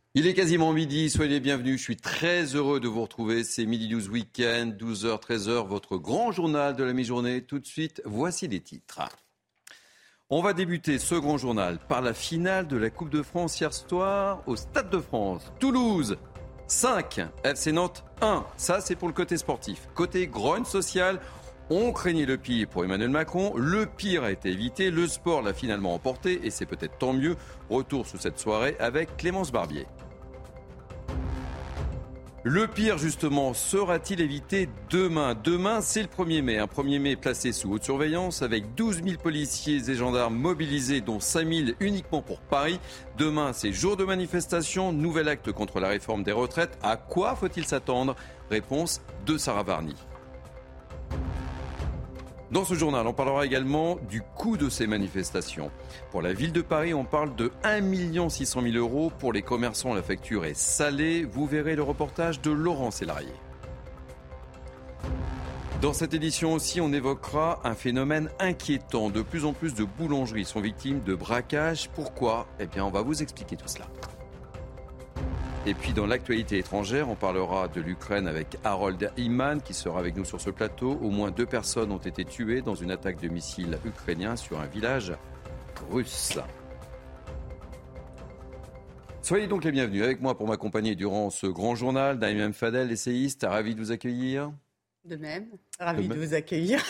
Il est quasiment midi, soyez les bienvenus. Je suis très heureux de vous retrouver. C'est Midi News Weekend, 12h, 13h, votre grand journal de la mi-journée. Tout de suite, voici les titres. On va débuter ce grand journal par la finale de la Coupe de France hier soir au Stade de France. Toulouse, 5, FC Nantes, 1. Ça, c'est pour le côté sportif. Côté grogne sociale, on craignait le pire pour Emmanuel Macron. Le pire a été évité. Le sport l'a finalement emporté et c'est peut-être tant mieux. Retour sous cette soirée avec Clémence Barbier. Le pire, justement, sera-t-il évité demain ? Demain, c'est le 1er mai. Un 1er mai placé sous haute surveillance avec 12 000 policiers et gendarmes mobilisés, dont 5 000 uniquement pour Paris. Demain, c'est jour de manifestation. Nouvel acte contre la réforme des retraites. À quoi faut-il s'attendre ? Réponse de Sarah Varny. Dans ce journal, on parlera également du coût de ces manifestations. Pour la ville de Paris, on parle de 1 600 000 €. Pour les commerçants, la facture est salée. Vous verrez le reportage de Laurent Sélarié. Dans cette édition aussi, on évoquera un phénomène inquiétant. De plus en plus de boulangeries sont victimes de braquages. Pourquoi ? Eh bien, on va vous expliquer tout cela. Et puis dans l'actualité étrangère, on parlera de l'Ukraine avec Harold Iman qui sera avec nous sur ce plateau. Au moins 2 personnes ont été tuées dans une attaque de missiles ukrainiens sur un village russe. Soyez donc les bienvenus avec moi pour m'accompagner durant ce grand journal. Naïma M. Fadel, essayiste, ravi de vous accueillir. De même, ravi de vous accueillir.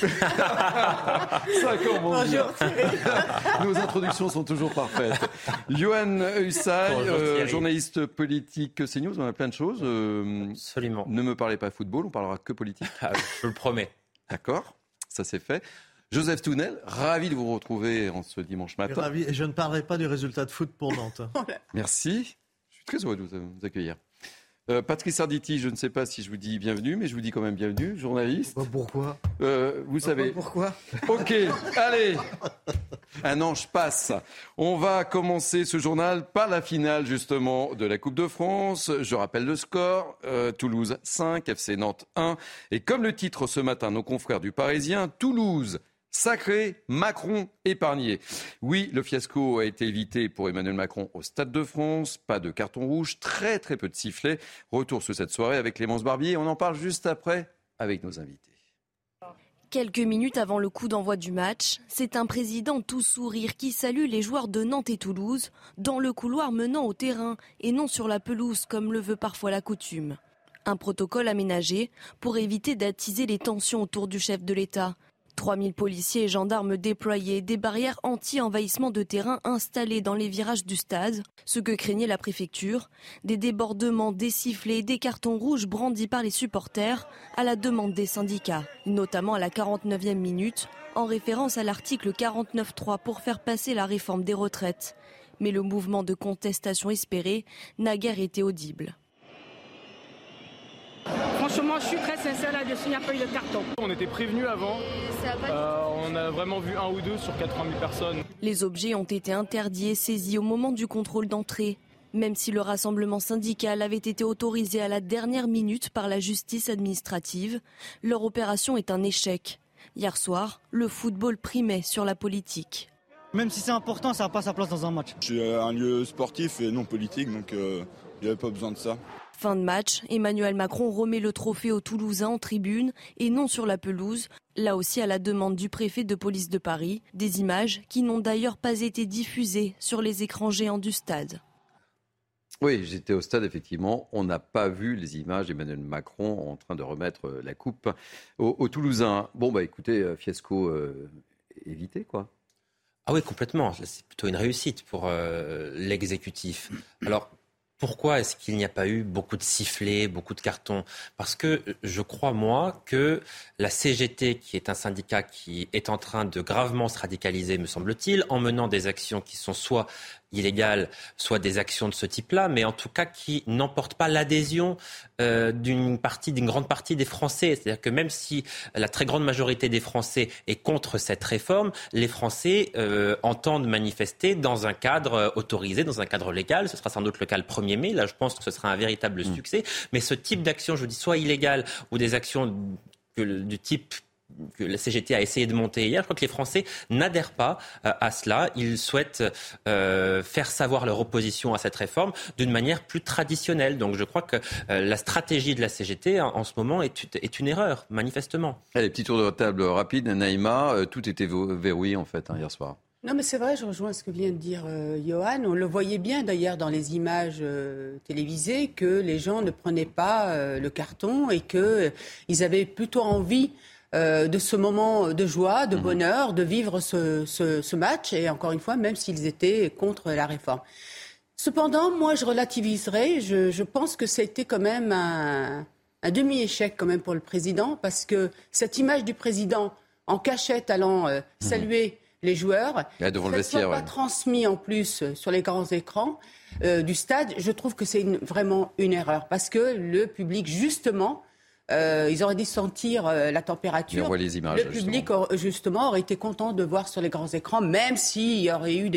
Ça commence bien. Nos introductions sont toujours parfaites. Yohann Usaï, journaliste politique CNews, on a plein de choses. Absolument. Ne me parlez pas football, on parlera que politique. Je le promets. D'accord, ça c'est fait. Joseph Tounel, ravi de vous retrouver en ce dimanche matin. Ravi, et je ne parlerai pas du résultat de foot pour Nantes. Merci, je suis très heureux de vous accueillir. Patrice Arditi, je ne sais pas si je vous dis bienvenue, mais je vous dis quand même bienvenue, journaliste. Pourquoi vous savez. Pourquoi Ok, allez. Un ange passe. On va commencer ce journal par la finale justement de la Coupe de France. Je rappelle le score. Toulouse 5, FC Nantes 1. Et comme le titre ce matin, nos confrères du Parisien, Toulouse sacré, Macron épargné. Oui, le fiasco a été évité pour Emmanuel Macron au Stade de France. Pas de carton rouge, très très peu de sifflets. Retour sur cette soirée avec Clémence Barbier. On en parle juste après avec nos invités. Quelques minutes avant le coup d'envoi du match, c'est un président tout sourire qui salue les joueurs de Nantes et Toulouse dans le couloir menant au terrain et non sur la pelouse comme le veut parfois la coutume. Un protocole aménagé pour éviter d'attiser les tensions autour du chef de l'État. 3000 policiers et gendarmes déployés, des barrières anti-envahissement de terrain installées dans les virages du stade. Ce que craignait la préfecture, des débordements, des sifflets, des cartons rouges brandis par les supporters à la demande des syndicats, notamment à la 49e minute, en référence à l'article 49.3 pour faire passer la réforme des retraites. Mais le mouvement de contestation espéré n'a guère été audible. Franchement, je suis très sincère là-dessus, il n'y a pas eu de carton. On était prévenus avant, on a vraiment vu 1 ou 2 sur 80 000 personnes. Les objets ont été interdits et saisis au moment du contrôle d'entrée. Même si le rassemblement syndical avait été autorisé à la dernière minute par la justice administrative, leur opération est un échec. Hier soir, le football primait sur la politique. Même si c'est important, ça n'a pas sa place dans un match. C'est un lieu sportif et non politique, donc il n'y avait pas besoin de ça. Fin de match, Emmanuel Macron remet le trophée aux Toulousains en tribune et non sur la pelouse, là aussi à la demande du préfet de police de Paris. Des images qui n'ont d'ailleurs pas été diffusées sur les écrans géants du stade. Oui, j'étais au stade, effectivement. On n'a pas vu les images d'Emmanuel Macron en train de remettre la coupe aux Toulousains. Bon, bah écoutez, fiasco évité, quoi. Ah oui, complètement. C'est plutôt une réussite pour l'exécutif. Alors, pourquoi est-ce qu'il n'y a pas eu beaucoup de sifflets, beaucoup de cartons ? Parce que je crois, moi, que la CGT, qui est un syndicat qui est en train de gravement se radicaliser, me semble-t-il, en menant des actions qui sont soit illégales, soit des actions de ce type-là, mais en tout cas qui n'emportent pas l'adhésion d'une grande partie des Français. C'est-à-dire que même si la très grande majorité des Français est contre cette réforme, les Français entendent manifester dans un cadre autorisé, dans un cadre légal. Ce sera sans doute le cas le 1er mai. Là, je pense que ce sera un véritable succès. Mais ce type d'action, je dis, soit illégale ou des actions du type que la CGT a essayé de monter hier. Je crois que les Français n'adhèrent pas à cela. Ils souhaitent faire savoir leur opposition à cette réforme d'une manière plus traditionnelle. Donc je crois que la stratégie de la CGT en ce moment est une erreur, manifestement. Allez, petit tour de table rapide. Naïma, tout était verrouillé en fait hier soir. Non, mais c'est vrai, je rejoins ce que vient de dire Johan. On le voyait bien d'ailleurs dans les images télévisées que les gens ne prenaient pas le carton et qu'ils avaient plutôt envie de ce moment de joie, de bonheur, de vivre ce match. Et encore une fois, même s'ils étaient contre la réforme. Cependant, moi, je relativiserai. Je pense que ça a été quand même un demi-échec quand même pour le président, parce que cette image du président en cachette allant saluer les joueurs, devant le vestiaire, pas transmis en plus sur les grands écrans du stade, je trouve que c'est vraiment une erreur. Parce que le public, justement, ils auraient dû sentir la température. On voit les images, le public, justement, aurait été content de voir sur les grands écrans, même s'il y aurait eu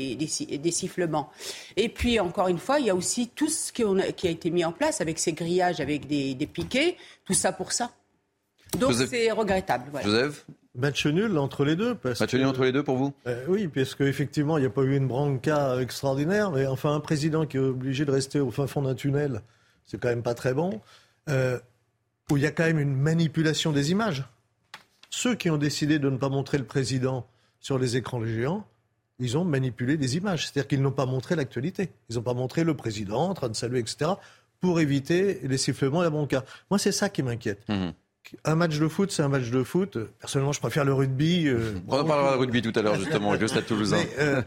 des sifflements. Et puis, encore une fois, il y a aussi tout ce qui a été mis en place avec ces grillages, avec des piquets, tout ça pour ça. Donc, c'est regrettable. Voilà. Joseph ? Match nul entre les deux. Match nul entre les deux pour vous ? Oui, parce qu'effectivement, il n'y a pas eu une branca extraordinaire. Mais enfin, un président qui est obligé de rester au fin fond d'un tunnel, c'est quand même pas très bon. Où il y a quand même une manipulation des images. Ceux qui ont décidé de ne pas montrer le président sur les écrans géants, ils ont manipulé des images. C'est-à-dire qu'ils n'ont pas montré l'actualité. Ils n'ont pas montré le président en train de saluer, etc., pour éviter les sifflements et la branca. Moi, c'est ça qui m'inquiète. Un match de foot, c'est un match de foot. Personnellement, je préfère le rugby. On en parlera de rugby tout à l'heure, justement, avec le Stade Toulousain.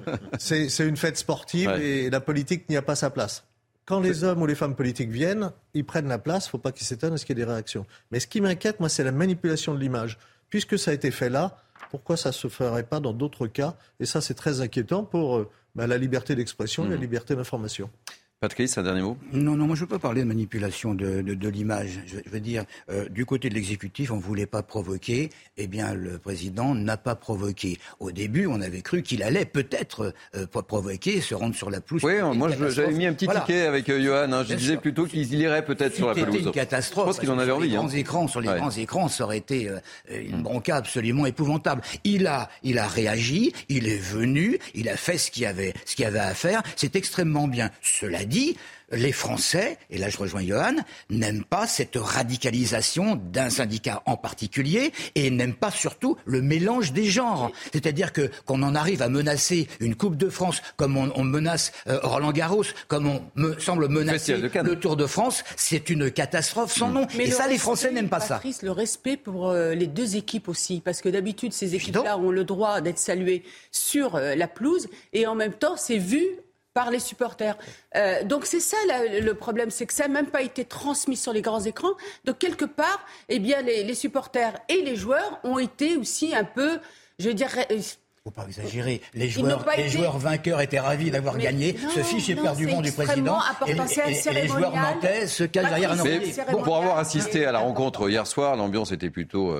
C'est une fête sportive et la politique n'y a pas sa place. Quand les hommes ou les femmes politiques viennent, ils prennent la place. Il ne faut pas qu'ils s'étonnent à ce qu'il y ait des réactions. Mais ce qui m'inquiète, moi, c'est la manipulation de l'image. Puisque ça a été fait là, pourquoi ça ne se ferait pas dans d'autres cas ? Et ça, c'est très inquiétant pour la liberté d'expression et la liberté d'information. Patrice, un dernier mot ? Non, moi je ne veux pas parler de manipulation de l'image. Je veux dire, du côté de l'exécutif, on ne voulait pas provoquer. Eh bien, le président n'a pas provoqué. Au début, on avait cru qu'il allait peut-être provoquer, se rendre sur la pelouse. Oui, moi j'avais mis un petit ticket avec Johan. Je disais plutôt qu'il irait peut-être sur la pelouse. C'était une catastrophe. Je pense qu'il en avait envie. Sur les grands écrans, ça aurait été une bronca absolument épouvantable. Il a réagi, il est venu, il a fait ce qu'il y avait à faire. C'est extrêmement bien. Cela dit, les Français, et là je rejoins Johan, n'aiment pas cette radicalisation d'un syndicat en particulier et n'aiment pas surtout le mélange des genres. C'est-à-dire qu'on en arrive à menacer une Coupe de France comme on menace Roland Garros, comme on semble menacer le Tour de France, c'est une catastrophe sans nom. Mais et ça, les Français n'aiment pas Patrice, ça. Le respect pour les deux équipes aussi, parce que d'habitude ces équipes-là ont le droit d'être saluées sur la pelouse et en même temps c'est vu par les supporters. Donc c'est ça le problème, c'est que ça n'a même pas été transmis sur les grands écrans. Donc quelque part, eh bien, les supporters et les joueurs ont été aussi un peu, je dirais... Faut pas exagérer. Les joueurs vainqueurs étaient ravis d'avoir gagné, se fichent éperdument du président. Et les joueurs nantais se cachent derrière un oreiller. Pour avoir assisté à la rencontre hier soir, l'ambiance était plutôt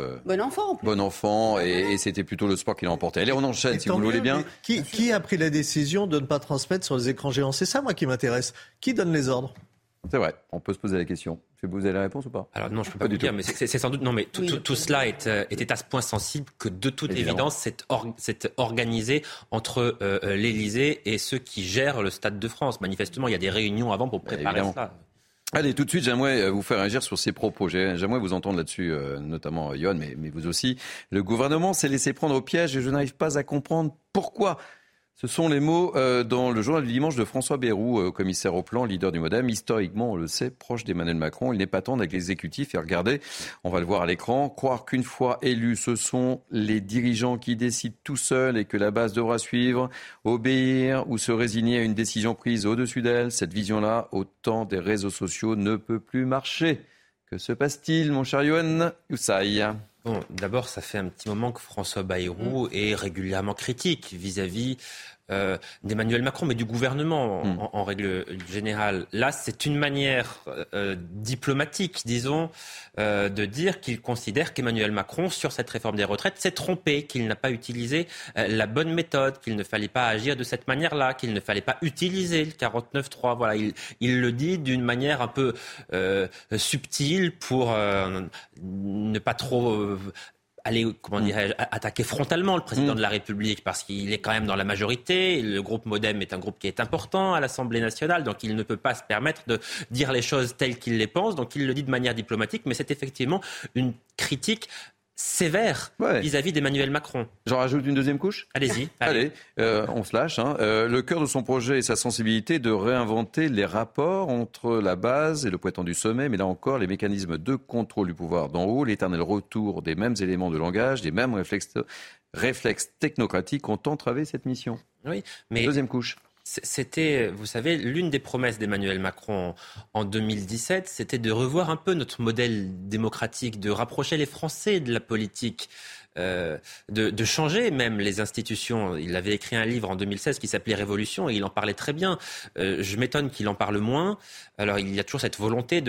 bon enfant et c'était plutôt le sport qui l'a emporté. Allez, on enchaîne si vous le voulez bien. Qui a pris la décision de ne pas transmettre sur les écrans géants ? C'est ça, moi, qui m'intéresse. Qui donne les ordres ? C'est vrai, on peut se poser la question. Vous avez la réponse ou pas ? Alors non, je ne peux pas vous dire, mais c'est sans doute... Non, mais tout cela était à ce point sensible que de toute évidence, c'est organisé entre l'Élysée et ceux qui gèrent le Stade de France. Manifestement, il y a des réunions avant pour préparer ça. Allez, tout de suite, j'aimerais vous faire réagir sur ces propos. J'aimerais vous entendre là-dessus, notamment Johan, mais vous aussi. Le gouvernement s'est laissé prendre au piège et je n'arrive pas à comprendre pourquoi. Ce sont les mots dans le journal du dimanche de François Bayrou, commissaire au plan, leader du MoDem. Historiquement, on le sait, proche d'Emmanuel Macron. Il n'est pas tendre avec l'exécutif. Et regardez, on va le voir à l'écran, croire qu'une fois élus, ce sont les dirigeants qui décident tout seuls et que la base devra suivre, obéir ou se résigner à une décision prise au-dessus d'elle. Cette vision-là, au temps des réseaux sociaux, ne peut plus marcher. Que se passe-t-il, mon cher Yohann Usaï ? Bon, d'abord, ça fait un petit moment que François Bayrou est régulièrement critique vis-à-vis d'Emmanuel Macron, mais du gouvernement en règle générale. Là, c'est une manière diplomatique, disons, de dire qu'il considère qu'Emmanuel Macron, sur cette réforme des retraites, s'est trompé, qu'il n'a pas utilisé la bonne méthode, qu'il ne fallait pas agir de cette manière-là, qu'il ne fallait pas utiliser le 49.3. Voilà, il le dit d'une manière un peu subtile pour ne pas trop aller, attaquer frontalement le président de la République parce qu'il est quand même dans la majorité. Le groupe MoDem est un groupe qui est important à l'Assemblée nationale, donc il ne peut pas se permettre de dire les choses telles qu'il les pense. Donc il le dit de manière diplomatique, mais c'est effectivement une critique sévère vis-à-vis d'Emmanuel Macron. J'en rajoute une deuxième couche ? Allez-y. Allez, on se lâche. Le cœur de son projet est sa sensibilité de réinventer les rapports entre la base et le prétendu sommet. Mais là encore, les mécanismes de contrôle du pouvoir d'en haut, l'éternel retour des mêmes éléments de langage, des mêmes réflexes technocratiques ont entravé cette mission. Oui, mais deuxième couche. C'était, vous savez, l'une des promesses d'Emmanuel Macron en 2017, c'était de revoir un peu notre modèle démocratique, de rapprocher les Français de la politique, de changer même les institutions. Il avait écrit un livre en 2016 qui s'appelait Révolution et il en parlait très bien. Je m'étonne qu'il en parle moins. Alors il y a toujours cette volonté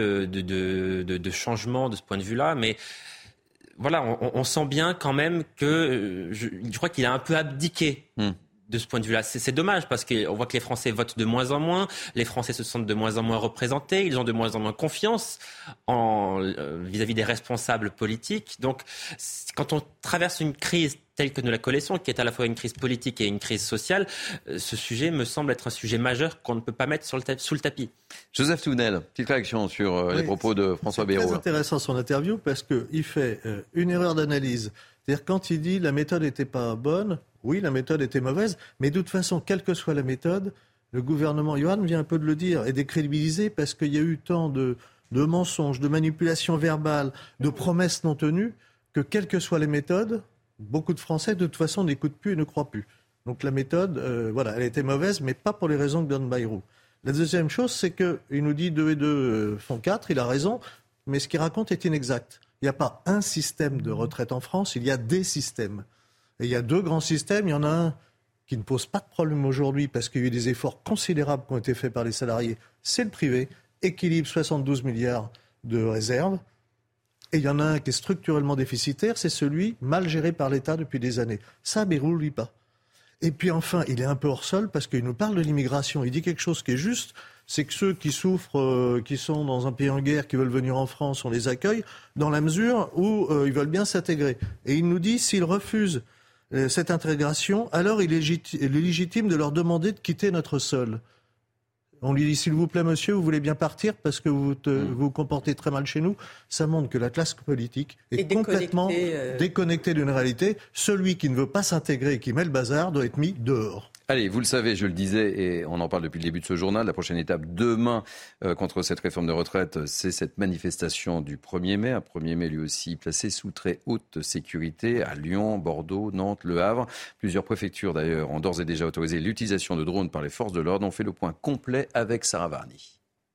de changement de ce point de vue-là, mais voilà, on sent bien quand même que je crois qu'il a un peu abdiqué. De ce point de vue-là. C'est dommage parce qu'on voit que les Français votent de moins en moins, les Français se sentent de moins en moins représentés, ils ont de moins en moins confiance vis-à-vis des responsables politiques. Donc, quand on traverse une crise telle que nous la connaissons, qui est à la fois une crise politique et une crise sociale, ce sujet me semble être un sujet majeur qu'on ne peut pas mettre sous le tapis. Joseph Tounel, petite réaction sur les propos de François Bayrou. C'est très intéressant son interview parce qu'il fait une erreur d'analyse. C'est-à-dire quand il dit la méthode n'était pas bonne, oui, la méthode était mauvaise, mais de toute façon, quelle que soit la méthode, le gouvernement, Johan vient un peu de le dire, est décrédibilisé parce qu'il y a eu tant de mensonges, de manipulations verbales, de promesses non tenues, que quelles que soient les méthodes, beaucoup de Français, de toute façon, n'écoutent plus et ne croient plus. Donc la méthode, elle était mauvaise, mais pas pour les raisons que donne Bayrou. La deuxième chose, c'est qu'il nous dit 2 et 2 font 4, il a raison, mais ce qu'il raconte est inexact. Il n'y a pas un système de retraite en France, il y a des systèmes. Et il y a 2 grands systèmes. Il y en a un qui ne pose pas de problème aujourd'hui parce qu'il y a eu des efforts considérables qui ont été faits par les salariés. C'est le privé, équilibre 72 milliards de réserves. Et il y en a un qui est structurellement déficitaire, c'est celui mal géré par l'État depuis des années. Ça, Bayrou ne lit pas. Et puis enfin, il est un peu hors sol parce qu'il nous parle de l'immigration. Il dit quelque chose qui est juste, c'est que ceux qui souffrent, qui sont dans un pays en guerre, qui veulent venir en France, on les accueille dans la mesure où ils veulent bien s'intégrer. Et il nous dit, s'ils refusent cette intégration, alors il est légitime de leur demander de quitter notre sol. On lui dit, s'il vous plaît, monsieur, vous voulez bien partir parce que vous vous comportez très mal chez nous. Ça montre que la classe politique est complètement déconnectée d'une réalité. Celui qui ne veut pas s'intégrer et qui met le bazar doit être mis dehors. Allez, vous le savez, je le disais, et on en parle depuis le début de ce journal, la prochaine étape demain contre cette réforme de retraite, c'est cette manifestation du 1er mai. Un 1er mai lui aussi placé sous très haute sécurité à Lyon, Bordeaux, Nantes, Le Havre. Plusieurs préfectures d'ailleurs ont d'ores et déjà autorisé l'utilisation de drones par les forces de l'ordre. On fait le point complet avec Sarah Varny.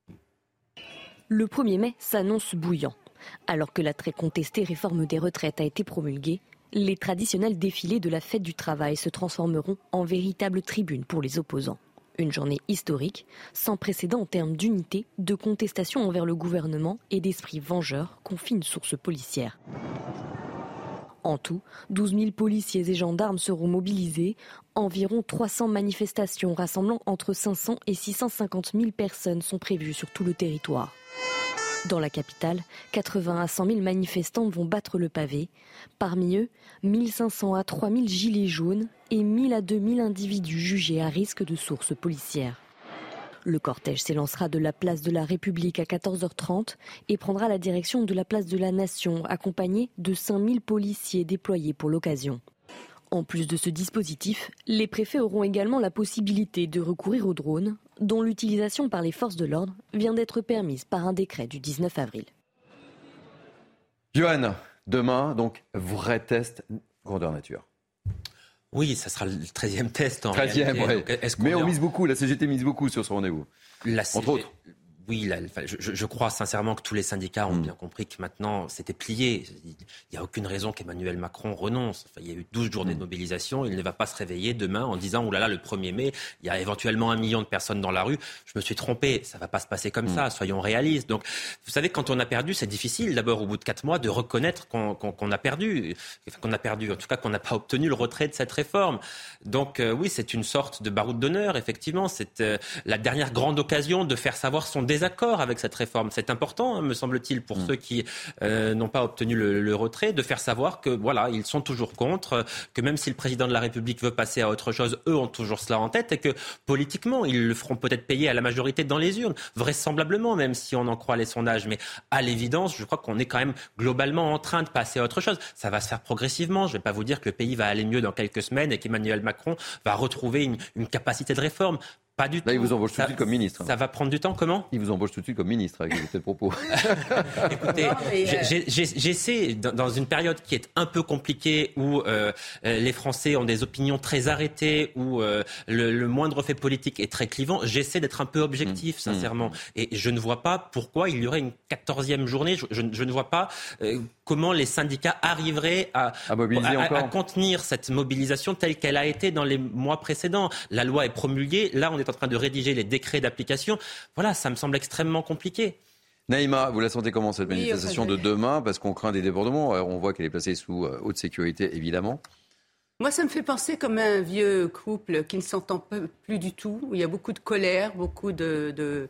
Le 1er mai s'annonce bouillant. Alors que la très contestée réforme des retraites a été promulguée, les traditionnels défilés de la fête du travail se transformeront en véritable tribune pour les opposants. Une journée historique, sans précédent en termes d'unité, de contestation envers le gouvernement et d'esprit vengeur, confie une source policière. En tout, 12 000 policiers et gendarmes seront mobilisés. Environ 300 manifestations rassemblant entre 500 et 650 000 personnes sont prévues sur tout le territoire. Dans la capitale, 80 à 100 000 manifestants vont battre le pavé. Parmi eux, 1 500 à 3 000 gilets jaunes et 1 000 à 2 000 individus jugés à risque de sources policières. Le cortège s'élancera de la place de la République à 14h30 et prendra la direction de la place de la Nation, accompagné de 5 000 policiers déployés pour l'occasion. En plus de ce dispositif, les préfets auront également la possibilité de recourir aux drones, dont l'utilisation par les forces de l'ordre vient d'être permise par un décret du 19 avril. Johan, demain, donc, vrai test grandeur nature. Oui, ça sera le 13e test en 13e, réalité. Ouais. Mais on mise beaucoup, la CGT mise beaucoup sur ce rendez-vous. Entre autres. Oui, je crois sincèrement que tous les syndicats ont bien compris que maintenant c'était plié. Il n'y a aucune raison qu'Emmanuel Macron renonce. Il y a eu 12 journées de mobilisation. Il ne va pas se réveiller demain en disant « Oh là là, le 1er mai, il y a éventuellement 1 million de personnes dans la rue. Je me suis trompé, ça ne va pas se passer comme ça, soyons réalistes. » Donc, vous savez, quand on a perdu, c'est difficile d'abord au bout de 4 mois de reconnaître qu'on a perdu. En tout cas qu'on n'a pas obtenu le retrait de cette réforme. Donc oui, c'est une sorte de baroud d'honneur, effectivement. C'est la dernière grande occasion de faire savoir son désaccord désaccord avec cette réforme. C'est important, me semble-t-il, pour ceux qui n'ont pas obtenu le retrait, de faire savoir que voilà, ils sont toujours contre, que même si le président de la République veut passer à autre chose, eux ont toujours cela en tête et que politiquement, ils le feront peut-être payer à la majorité dans les urnes, vraisemblablement, même si on en croit les sondages. Mais à l'évidence, je crois qu'on est quand même globalement en train de passer à autre chose. Ça va se faire progressivement. Je ne vais pas vous dire que le pays va aller mieux dans quelques semaines et qu'Emmanuel Macron va retrouver une capacité de réforme. Pas du tout. Là, il vous embauche tout de suite comme ministre. Ça va prendre du temps, comment ? Il vous embauche tout de suite comme ministre, avec ces propos. Écoutez, j'essaie, dans une période qui est un peu compliquée, où les Français ont des opinions très arrêtées, où le moindre fait politique est très clivant, j'essaie d'être un peu objectif, sincèrement. Et je ne vois pas pourquoi il y aurait une 14e journée. Je ne vois pas comment les syndicats arriveraient à contenir cette mobilisation telle qu'elle a été dans les mois précédents. La loi est promulguée, là on est en train de rédiger les décrets d'application. Voilà, ça me semble extrêmement compliqué. Naïma, vous la sentez comment cette manifestation de demain ? Parce qu'on craint des débordements. On voit qu'elle est placée sous haute sécurité, évidemment. Moi, ça me fait penser comme un vieux couple qui ne s'entend plus du tout, où il y a beaucoup de colère, beaucoup de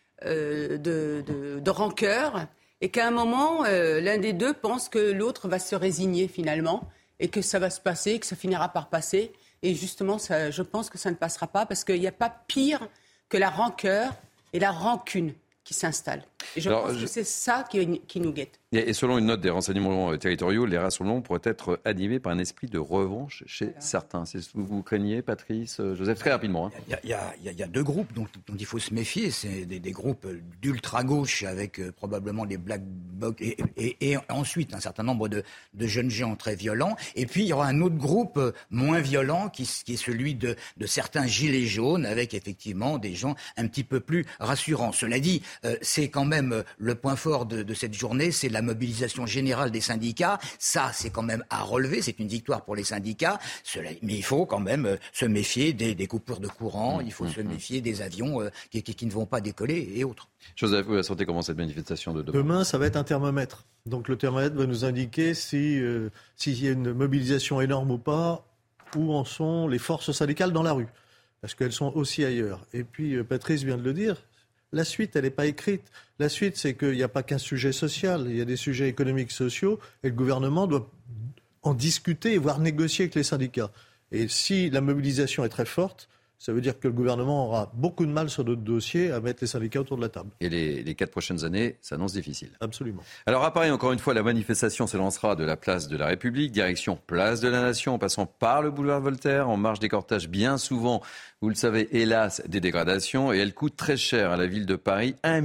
rancœur, et qu'à un moment, l'un des deux pense que l'autre va se résigner finalement, et que ça va se passer, que ça finira par passer. Et justement, je pense que ça ne passera pas parce qu'il n'y a pas pire que la rancœur et la rancune qui s'installent. Et je pense que c'est ça qui nous guette. Et selon une note des renseignements territoriaux, les rassemblements pourraient être animés par un esprit de revanche chez certains. C'est ce que vous craignez, Patrice, Joseph, très rapidement. Il y a deux groupes dont il faut se méfier. C'est des groupes d'ultra-gauche avec probablement des black blocs et ensuite un certain nombre de jeunes gens très violents. Et puis il y aura un autre groupe moins violent qui est celui de certains gilets jaunes avec effectivement des gens un petit peu plus rassurants. Cela dit, c'est quand même le point fort de cette journée, c'est la mobilisation générale des syndicats. Ça, c'est quand même à relever, c'est une victoire pour les syndicats. Mais il faut quand même se méfier des coupures de courant, il faut se méfier des avions qui ne vont pas décoller et autres. Joseph, vous la sentez comment cette manifestation de demain ? Demain, ça va être un thermomètre. Donc le thermomètre va nous indiquer s'il y a une mobilisation énorme ou pas, où en sont les forces syndicales dans la rue. Parce qu'elles sont aussi ailleurs. Et puis, Patrice vient de le dire, la suite, elle n'est pas écrite. La suite, c'est qu'il n'y a pas qu'un sujet social, il y a des sujets économiques, sociaux, et le gouvernement doit en discuter, voire négocier avec les syndicats. Et si la mobilisation est très forte, ça veut dire que le gouvernement aura beaucoup de mal sur d'autres dossiers à mettre les syndicats autour de la table. Et les 4 prochaines années s'annoncent difficiles. Absolument. Alors à Paris, encore une fois, la manifestation s'élancera de la place de la République, direction place de la Nation, en passant par le boulevard Voltaire, en marge des cortèges bien souvent, vous le savez, hélas, des dégradations. Et elle coûte très cher à la ville de Paris, 1